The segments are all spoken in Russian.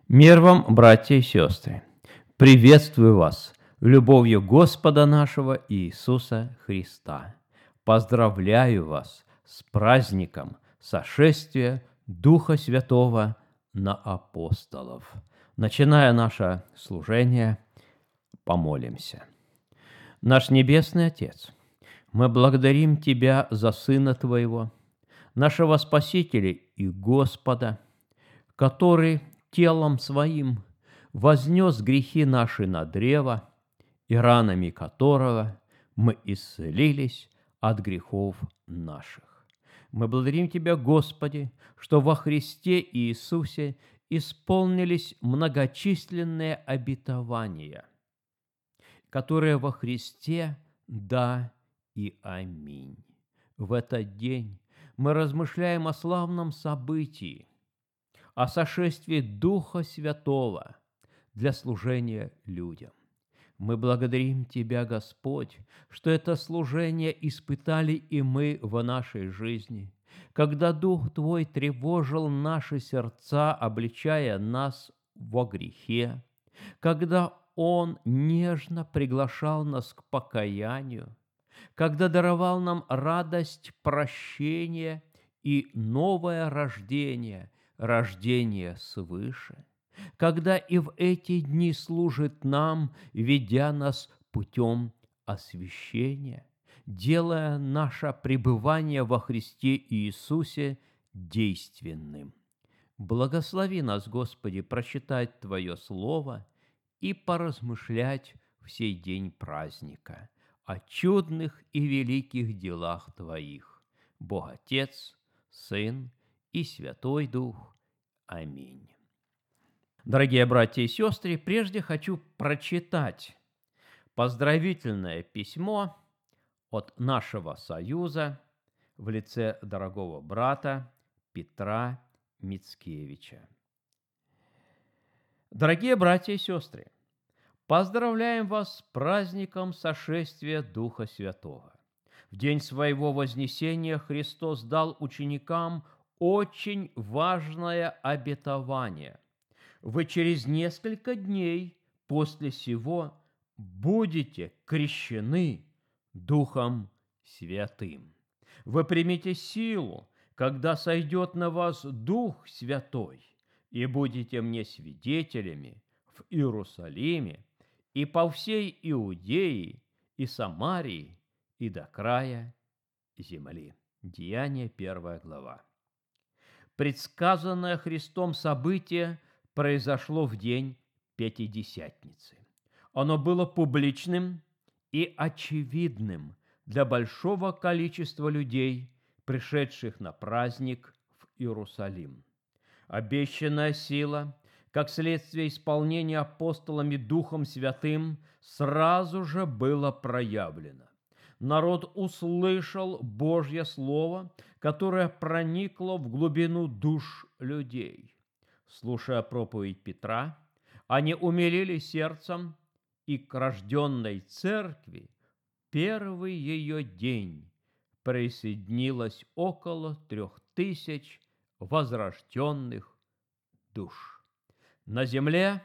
Мир вам, братья и сестры! Приветствую вас любовью Господа нашего Иисуса Христа. Поздравляю вас с праздником сошествия Духа Святого на апостолов. Начиная наше служение, помолимся. Наш Небесный Отец, мы благодарим Тебя за Сына Твоего, нашего Спасителя и Господа, который телом Своим вознес грехи наши на древо, и ранами которого мы исцелились от грехов наших. Мы благодарим Тебя, Господи, что во Христе Иисусе исполнились многочисленные обетования, которые во Христе «да» и «аминь». В этот день мы размышляем о славном событии, о сошествии Духа Святого для служения людям. Мы благодарим Тебя, Господь, что это служение испытали и мы в нашей жизни, когда Дух Твой тревожил наши сердца, обличая нас во грехе, когда Он нежно приглашал нас к покаянию, когда даровал нам радость прощения и новое рождение, рождение свыше, когда и в эти дни служит нам, ведя нас путем освящения, делая наше пребывание во Христе Иисусе действенным. Благослови нас, Господи, прочитать Твое Слово и поразмышлять в сей день праздника о чудных и великих делах Твоих. Бог Отец, Сын и Святой Дух. Аминь. Дорогие братья и сестры, прежде хочу прочитать поздравительное письмо от нашего союза в лице дорогого брата Петра Мицкевича. Дорогие братья и сестры, поздравляем вас с праздником сошествия Духа Святого. В день своего вознесения Христос дал ученикам очень важное обетование. Вы через несколько дней после сего будете крещены Духом Святым. Вы примете силу, когда сойдет на вас Дух Святой, и будете мне свидетелями в Иерусалиме и по всей Иудее и Самарии и до края земли. Деяние 1 глава. Предсказанное Христом событие произошло в день Пятидесятницы. Оно было публичным и очевидным для большого количества людей, пришедших на праздник в Иерусалим. Обещанная сила, как следствие исполнения апостолами Духом Святым, сразу же было проявлено. Народ услышал Божье Слово, которое проникло в глубину душ людей. Слушая проповедь Петра, они умилились сердцем, и к рожденной церкви первый ее день присоединилось около 3000 возрожденных душ. На земле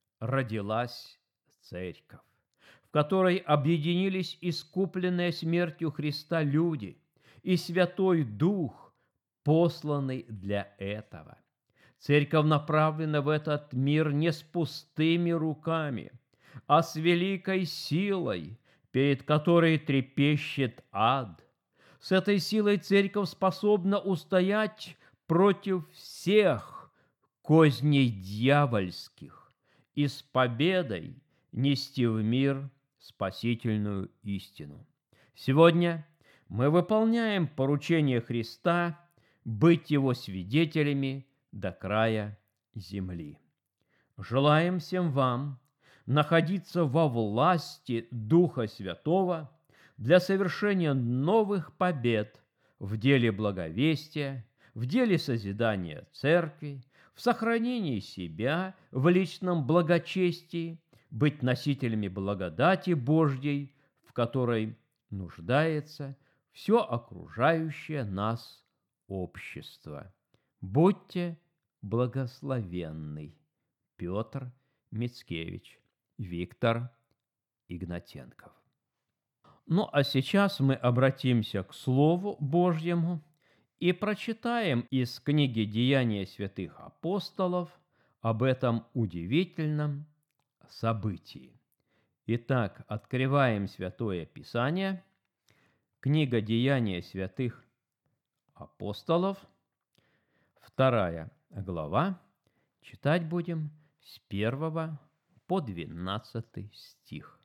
родилась церковь, в которой объединились искупленные смертью Христа люди и Святой Дух, посланный для этого. Церковь направлена в этот мир не с пустыми руками, а с великой силой, перед которой трепещет ад. С этой силой церковь способна устоять против всех козней дьявольских и с победой нести в мир спасительную истину. Сегодня мы выполняем поручение Христа быть Его свидетелями до края земли. Желаем всем вам находиться во власти Духа Святого для совершения новых побед в деле благовестия, в деле созидания церкви, в сохранении себя в личном благочестии, быть носителями благодати Божьей, в которой нуждается все окружающее нас общество. Будьте благословенны. Петр Мицкевич, Виктор Игнатенков. Ну а сейчас мы обратимся к Слову Божьему и прочитаем из книги «Деяния святых апостолов» об этом удивительном событии. Итак, открываем Святое Писание, книга «Деяния святых апостолов», 2 глава, читать будем с 1 по 12 стих.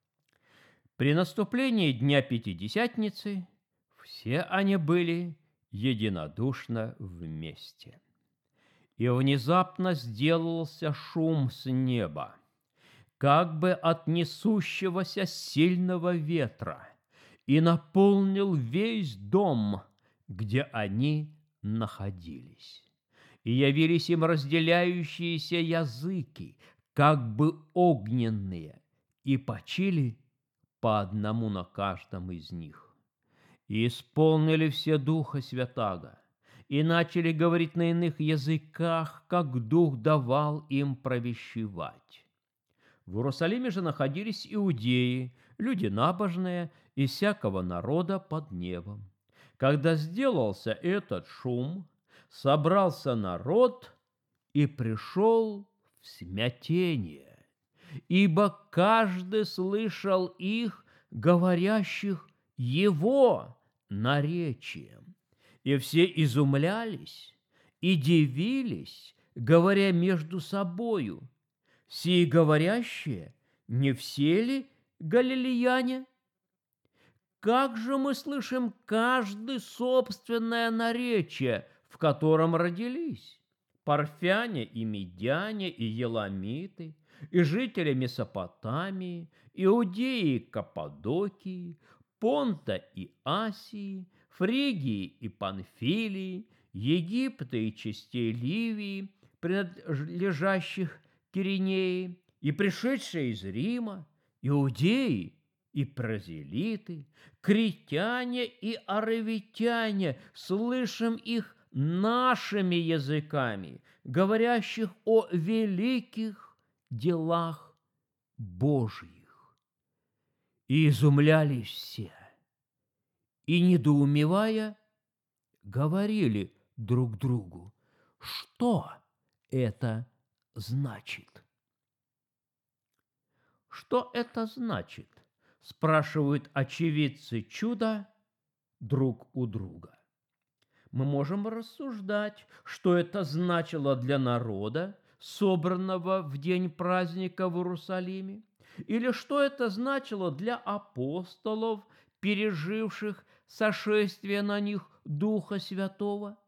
При наступлении Дня Пятидесятницы все они были единодушно вместе. И внезапно сделался шум с неба, как бы от несущегося сильного ветра, и наполнил весь дом, где они находились. И явились им разделяющиеся языки, как бы огненные, и почили по одному на каждом из них. И исполнили все Духа Святаго, и начали говорить на иных языках, как Дух давал им провещевать. В Иерусалиме же находились иудеи, люди набожные, из всякого народа под небом. Когда сделался этот шум, собрался народ и пришел в смятение, ибо каждый слышал их, говорящих его наречием. И все изумлялись и дивились, говоря между собою: «Сии говорящие, не все ли галилеяне? Как же мы слышим каждый собственное наречие, в котором родились? Парфяне и медяне и еламиты, и жители Месопотамии, Иудеи и Каппадокии, Понта и Асии, Фригии и Памфилии, Египта и частей Ливии, принадлежащих Киринеи, и пришедшие из Рима, иудеи и прозелиты, критяне и аравитяне, слышим их нашими языками, говорящих о великих делах Божьих. И изумлялись все, и, недоумевая, говорили друг другу: что это значит? Что это значит? Спрашивают очевидцы чуда друг у друга. Мы можем рассуждать, что это значило для народа, собранного в день праздника в Иерусалиме, или что это значило для апостолов, переживших сошествие на них Духа Святого.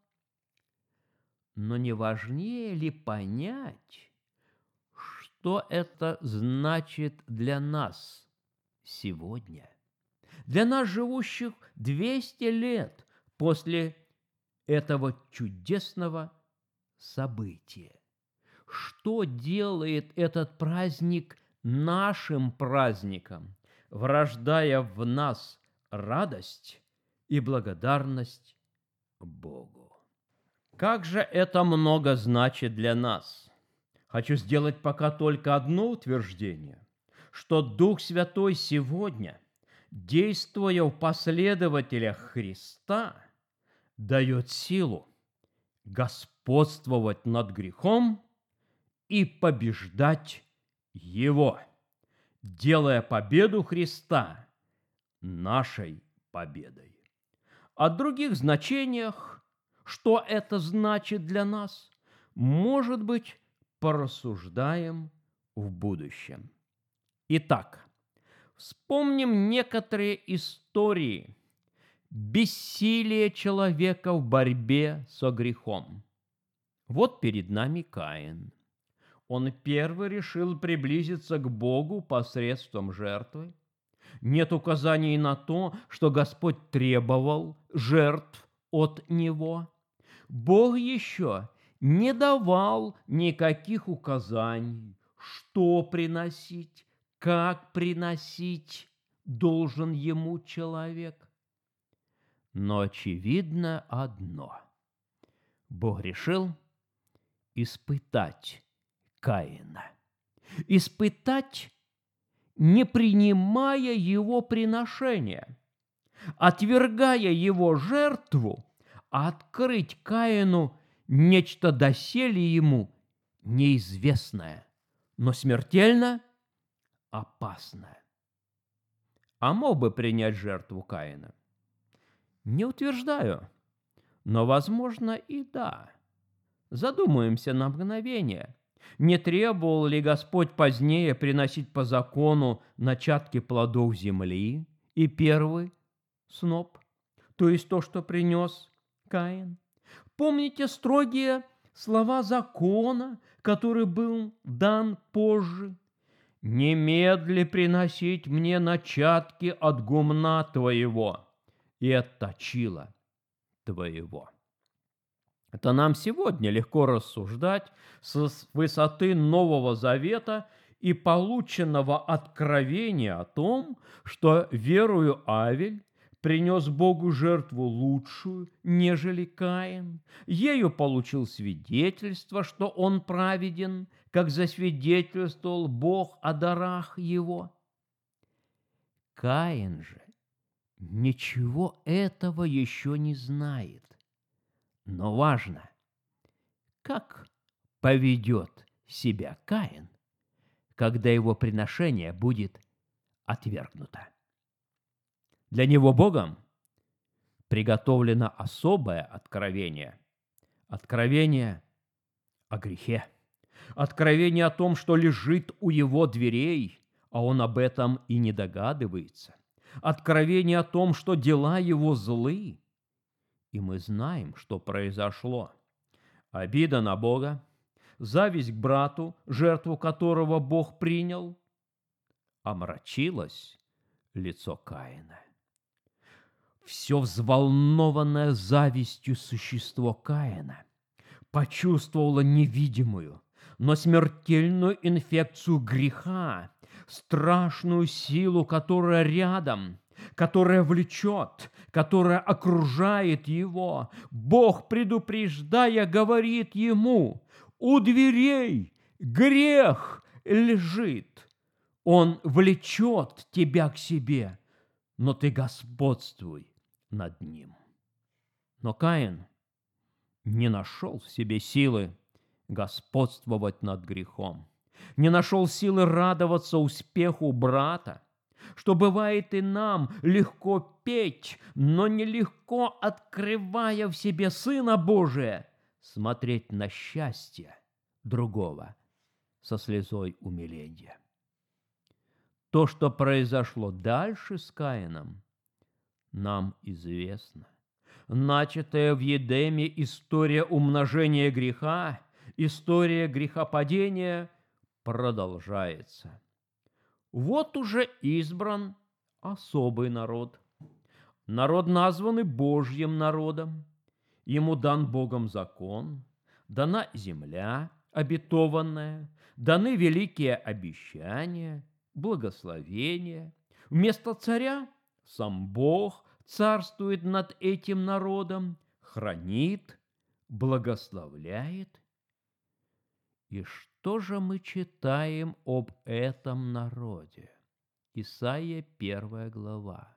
Но не важнее ли понять, что это значит для нас сегодня, для нас, живущих 200 лет после этого чудесного события? Что делает этот праздник нашим праздником, врождая в нас радость и благодарность Богу? Как же это много значит для нас? Хочу сделать пока только одно утверждение, что Дух Святой сегодня, действуя в последователях Христа, дает силу господствовать над грехом и побеждать его, делая победу Христа нашей победой. О других значениях, что это значит для нас, может быть, порассуждаем в будущем. Итак, вспомним некоторые истории бессилия человека в борьбе со грехом. Вот перед нами Каин. Он первый решил приблизиться к Богу посредством жертвы. Нет указаний на то, что Господь требовал жертв от него. Бог еще не давал никаких указаний, что приносить, как приносить должен ему человек. Но очевидно одно: Бог решил испытать Каина, испытать, не принимая его приношения, отвергая его жертву, открыть Каину нечто доселе ему неизвестное, но смертельно опасное. А мог бы принять жертву Каина? Не утверждаю, но, возможно, и да. Задумаемся на мгновение. Не требовал ли Господь позднее приносить по закону начатки плодов земли и первый сноп, то есть то, что принес Каин? Помните строгие слова закона, который был дан позже? «Немедли приносить мне начатки от гумна твоего и от точила твоего». Это нам сегодня легко рассуждать с высоты Нового Завета и полученного откровения о том, что верою Авель принес Богу жертву лучшую, нежели Каин. Ею получил свидетельство, что он праведен, как засвидетельствовал Бог о дарах его. Каин же ничего этого еще не знает. Но важно, как поведет себя Каин, когда его приношение будет отвергнуто. Для него Богом приготовлено особое откровение. Откровение о грехе. Откровение о том, что лежит у его дверей, а он об этом и не догадывается. Откровение о том, что дела его злы. И мы знаем, что произошло. Обида на Бога, зависть к брату, жертву которого Бог принял, омрачилось лицо Каина. Все взволнованное завистью существо Каина почувствовало невидимую, но смертельную инфекцию греха, страшную силу, которая рядом, которая влечет, которая окружает его. Бог, предупреждая, говорит ему: у дверей грех лежит. Он влечет тебя к себе, но ты господствуй над ним. Но Каин не нашел в себе силы господствовать над грехом, не нашел силы радоваться успеху брата, что бывает и нам легко петь, но нелегко, открывая в себе Сына Божия, смотреть на счастье другого со слезой умиления. То, что произошло дальше с Каином, нам известно. Начатая в Едеме история умножения греха, история грехопадения продолжается. Вот уже избран особый народ. Народ, названный Божьим народом. Ему дан Богом закон, дана земля обетованная, даны великие обещания, благословения. Вместо царя сам Бог царствует над этим народом, хранит, благословляет. И что же мы читаем об этом народе? Исайя 1 глава.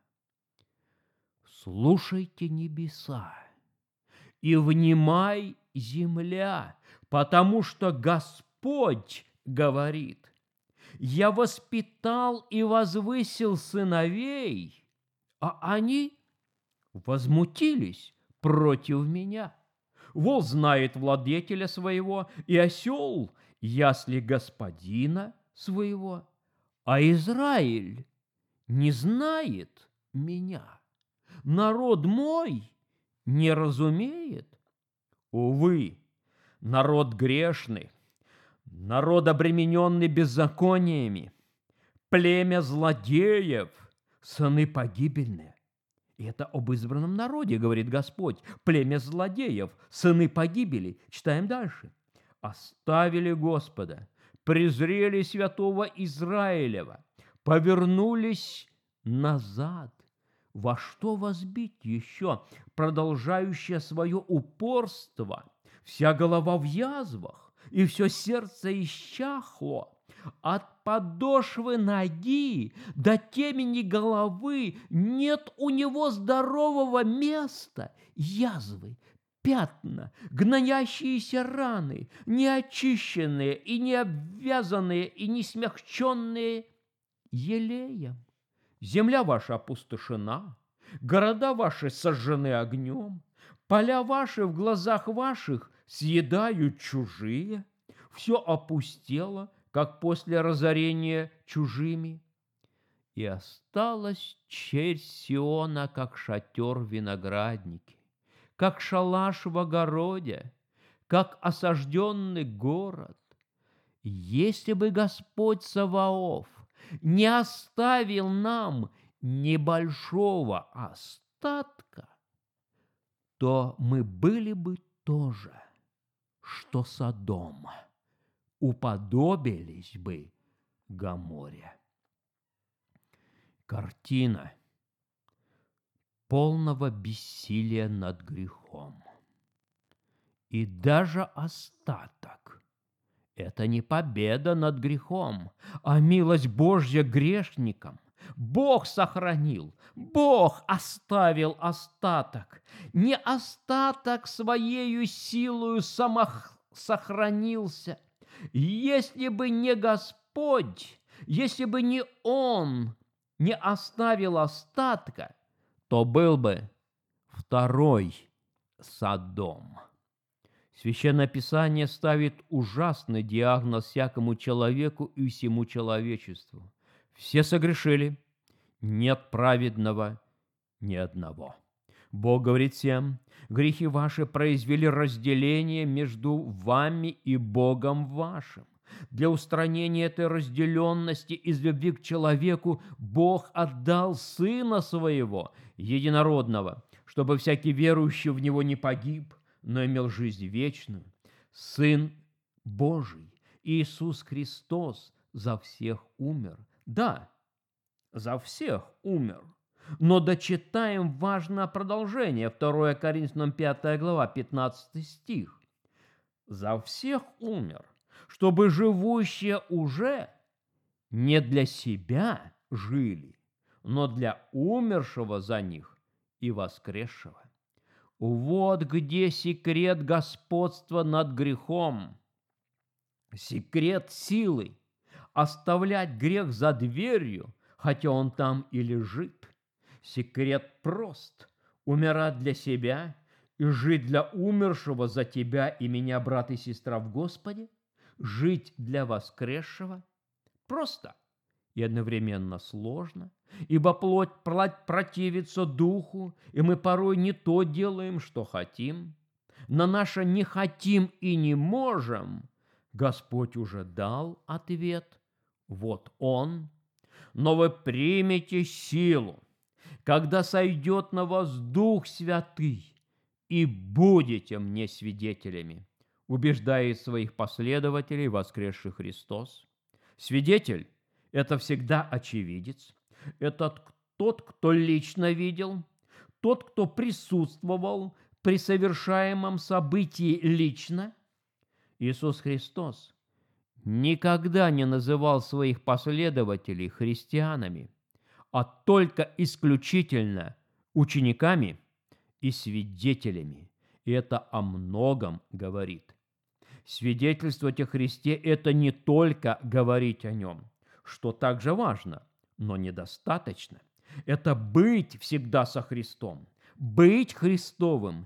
«Слушайте небеса, и внимай земля, потому что Господь говорит: я воспитал и возвысил сыновей, а они возмутились против меня. Вол знает владетеля своего, и осел ясли господина своего, а Израиль не знает меня. Народ мой не разумеет. Увы, народ грешный, народ, обремененный беззакониями, племя злодеев, сыны погибельные». И это об избранном народе, говорит Господь. Племя злодеев, сыны погибели. Читаем дальше. «Оставили Господа, презрели святого Израилева, повернулись назад. Во что возбить еще, продолжающее свое упорство, вся голова в язвах, и все сердце исчахло. От подошвы ноги до темени головы нет у него здорового места. Язвы, пятна, гноящиеся раны, неочищенные и не обвязанные и не смягченные елеем. Земля ваша опустошена, города ваши сожжены огнем, поля ваши в глазах ваших съедают чужие, все опустело, как после разорения чужими. И осталась черь Сиона, как шатер в винограднике, как шалаш в огороде, как осажденный город. Если бы Господь Саваоф не оставил нам небольшого остатка, то мы были бы тоже, что Содом, уподобились бы Гоморе. Картина полного бессилия над грехом. И даже остаток – это не победа над грехом, а милость Божья грешникам. Бог сохранил, Бог оставил остаток. Не остаток своею силою самосохранился. Если бы не Господь, если бы не Он не оставил остатка, то был бы второй Содом. Священное Писание ставит ужасный диагноз всякому человеку и всему человечеству. Все согрешили, нет праведного ни одного. Бог говорит всем: грехи ваши произвели разделение между вами и Богом вашим. Для устранения этой разделенности из любви к человеку Бог отдал Сына Своего, Единородного, чтобы всякий верующий в Него не погиб, но имел жизнь вечную. Сын Божий, Иисус Христос, за всех умер. Да, за всех умер. Но дочитаем важное продолжение, 2 Коринфянам 5 глава, 15 стих. За всех умер, чтобы живущие уже не для себя жили, но для умершего за них и воскресшего. Вот где секрет господства над грехом, секрет силы оставлять грех за дверью, хотя он там и лежит. Секрет прост – умирать для себя и жить для умершего за тебя и меня, брат и сестра в Господе, жить для воскресшего просто и одновременно сложно, ибо плоть противится духу, и мы порой не то делаем, что хотим. На наше «не хотим» и «не можем» Господь уже дал ответ. Вот Он. Но вы примете силу, когда сойдет на вас Дух Святый, и будете мне свидетелями, убеждает своих последователей воскресший Христос. Свидетель – это всегда очевидец, это тот, кто лично видел, тот, кто присутствовал при совершаемом событии лично. Иисус Христос никогда не называл своих последователей христианами, а только исключительно учениками и свидетелями. И это о многом говорит. Свидетельствовать о Христе – это не только говорить о Нем, что также важно, но недостаточно. Это быть всегда со Христом, быть Христовым,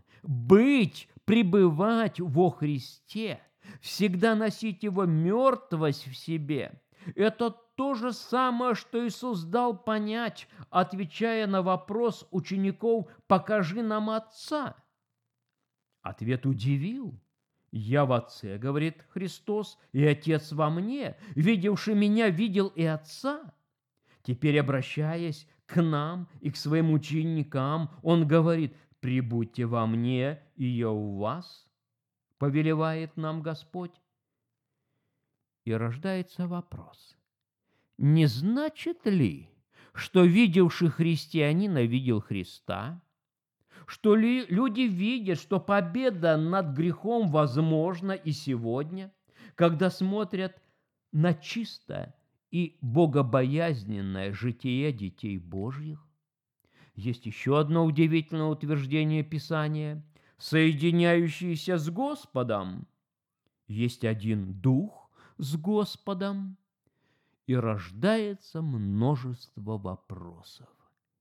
пребывать во Христе, всегда носить Его мертвость в себе. Это то же самое, что Иисус дал понять, отвечая на вопрос учеников «Покажи нам Отца». Ответ удивил. «Я в Отце, — говорит Христос, — и Отец во мне. Видевший меня, видел и Отца». Теперь, обращаясь к нам и к своим ученикам, Он говорит: «Прибудьте во мне, и я у вас», повелевает нам Господь. И рождается вопрос: не значит ли, что видевший христианина видел Христа? Что люди видят, что победа над грехом возможна и сегодня, когда смотрят на чистое и богобоязненное житие детей Божьих? Есть еще одно удивительное утверждение Писания: соединяющиеся с Господом. Есть один Дух с Господом, и рождается множество вопросов.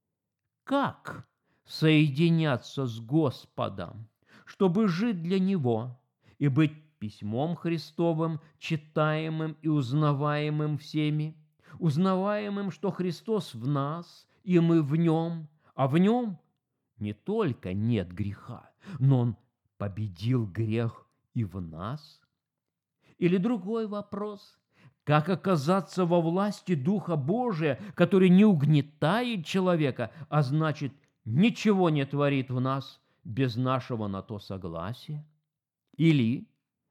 Как соединяться с Господом, чтобы жить для Него и быть письмом Христовым, читаемым и узнаваемым всеми, узнаваемым, что Христос в нас, и мы в Нем, а в Нем не только нет греха, но Он победил грех и в нас? Или другой вопрос: как оказаться во власти Духа Божия, который не угнетает человека, а значит, ничего не творит в нас без нашего на то согласия? Или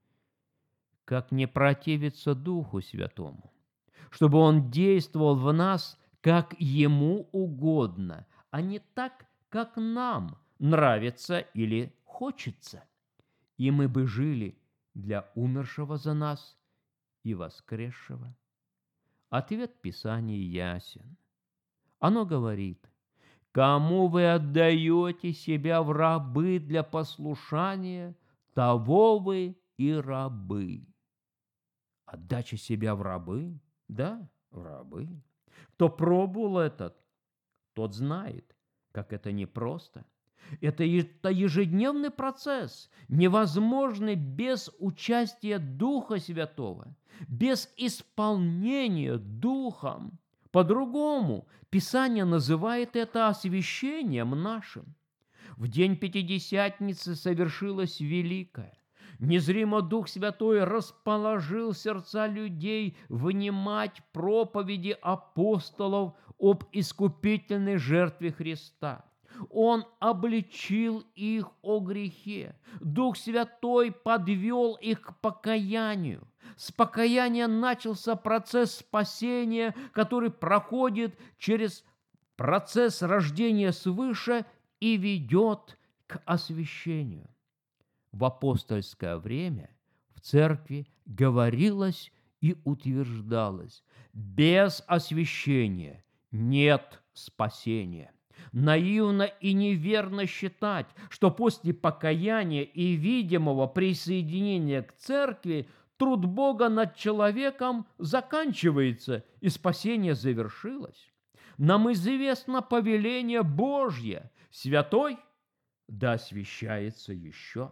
как не противиться Духу Святому, чтобы Он действовал в нас, как Ему угодно, а не так, как нам нравится или хочется, и мы бы жили для умершего за нас и воскресшего? Ответ Писания ясен. Оно говорит: кому вы отдаете себя в рабы для послушания, того вы и рабы. Отдача себя в рабы? Да, в рабы. Кто пробовал этот, тот знает, как это непросто. Это ежедневный процесс, невозможный без участия Духа Святого, без исполнения Духом. По-другому Писание называет это освящением нашим. В день Пятидесятницы совершилось великое. Незримо Дух Святой расположил сердца людей внимать проповеди апостолов об искупительной жертве Христа. Он обличил их о грехе. Дух Святой подвел их к покаянию. С покаяния начался процесс спасения, который проходит через процесс рождения свыше и ведет к освящению. В апостольское время в церкви говорилось и утверждалось: без освящения нет спасения. Наивно и неверно считать, что после покаяния и видимого присоединения к церкви труд Бога над человеком заканчивается и спасение завершилось. Нам известно повеление Божье: святой да освящается еще.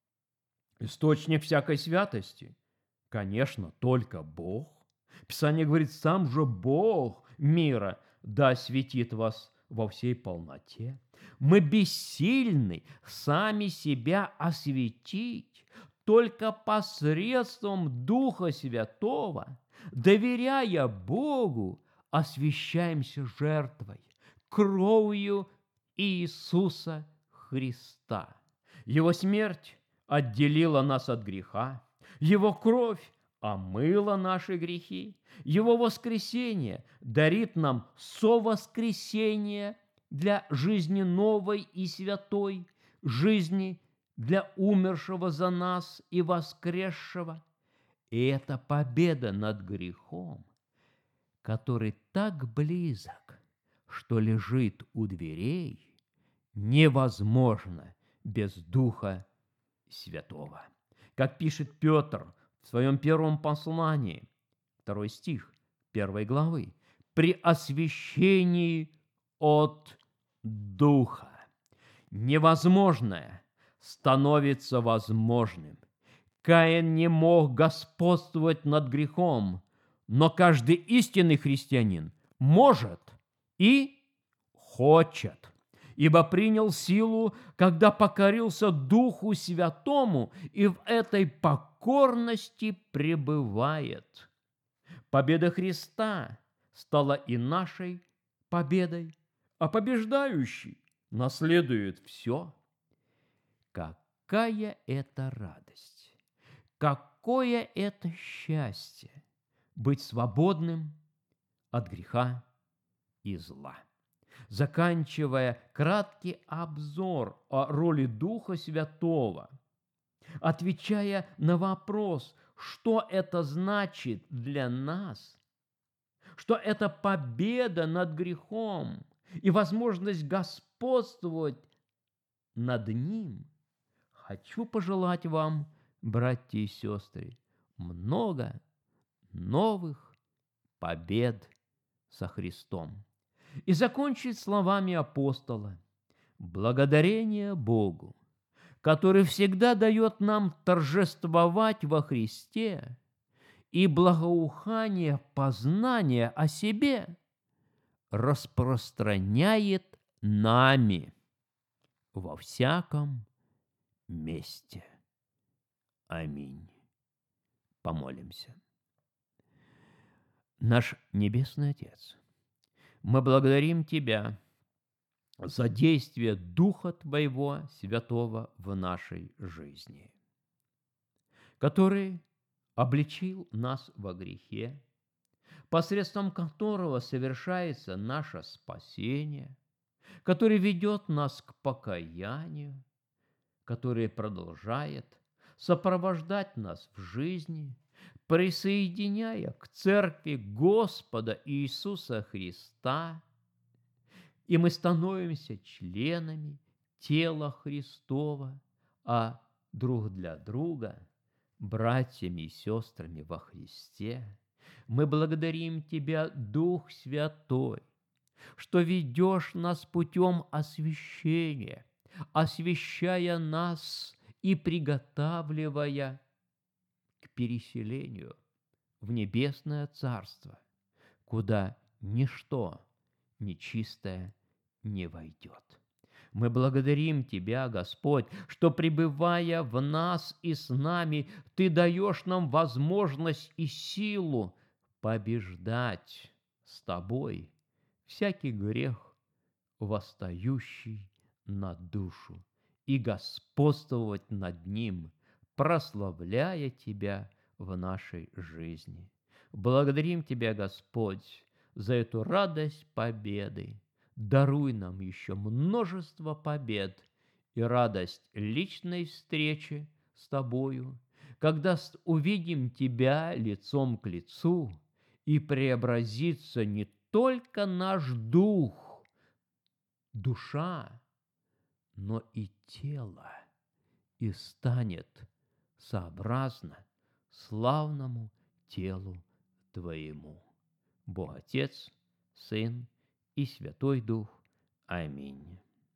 Источник всякой святости, конечно, только Бог. Писание говорит: сам же Бог мира да осветит вас во всей полноте. Мы бессильны сами себя осветить. Только посредством Духа Святого, доверяя Богу, освящаемся жертвой, кровью Иисуса Христа. Его смерть отделила нас от греха, Его кровь омыла наши грехи, Его воскресение дарит нам совоскресение для жизни новой и святой, жизни для умершего за нас и воскресшего. И это победа над грехом, который так близок, что лежит у дверей, невозможно без Духа Святого. Как пишет Петр в своем первом послании, 2 стих 1 главы: «При освящении от Духа невозможное становится возможным». Каин не мог господствовать над грехом, но каждый истинный христианин может и хочет, ибо принял силу, когда покорился Духу Святому, и в этой покорности пребывает. Победа Христа стала и нашей победой, а побеждающий наследует все. Какая это радость! Какое это счастье быть свободным от греха и зла! Заканчивая краткий обзор о роли Духа Святого, отвечая на вопрос, что это значит для нас, что это победа над грехом и возможность господствовать над ним, хочу пожелать вам, братья и сестры, много новых побед со Христом. И закончить словами апостола: благодарение Богу, который всегда дает нам торжествовать во Христе, и благоухание познания о себе распространяет нами во всяком месте. Аминь. Помолимся. Наш Небесный Отец, мы благодарим Тебя за действие Духа Твоего Святого в нашей жизни, который обличил нас во грехе, посредством которого совершается наше спасение, который ведет нас к покаянию, который продолжает сопровождать нас в жизни, присоединяя к Церкви Господа Иисуса Христа, и мы становимся членами тела Христова, а друг для друга братьями и сестрами во Христе. Мы благодарим Тебя, Дух Святой, что ведешь нас путем освящения, освящая нас и приготавливая к переселению в небесное Царство, куда ничто нечистое не войдет. Мы благодарим Тебя, Господь, что, пребывая в нас и с нами, Ты даешь нам возможность и силу побеждать с Тобой всякий грех, восстающий на душу, и господствовать над ним, прославляя Тебя в нашей жизни. Благодарим Тебя, Господь, за эту радость победы. Даруй нам еще множество побед и радость личной встречи с Тобою, когда увидим Тебя лицом к лицу, и преобразится не только наш дух, душа, но и тело, и станет сообразно славному телу Твоему. Бог Отец, Сын и Святой Дух. Аминь.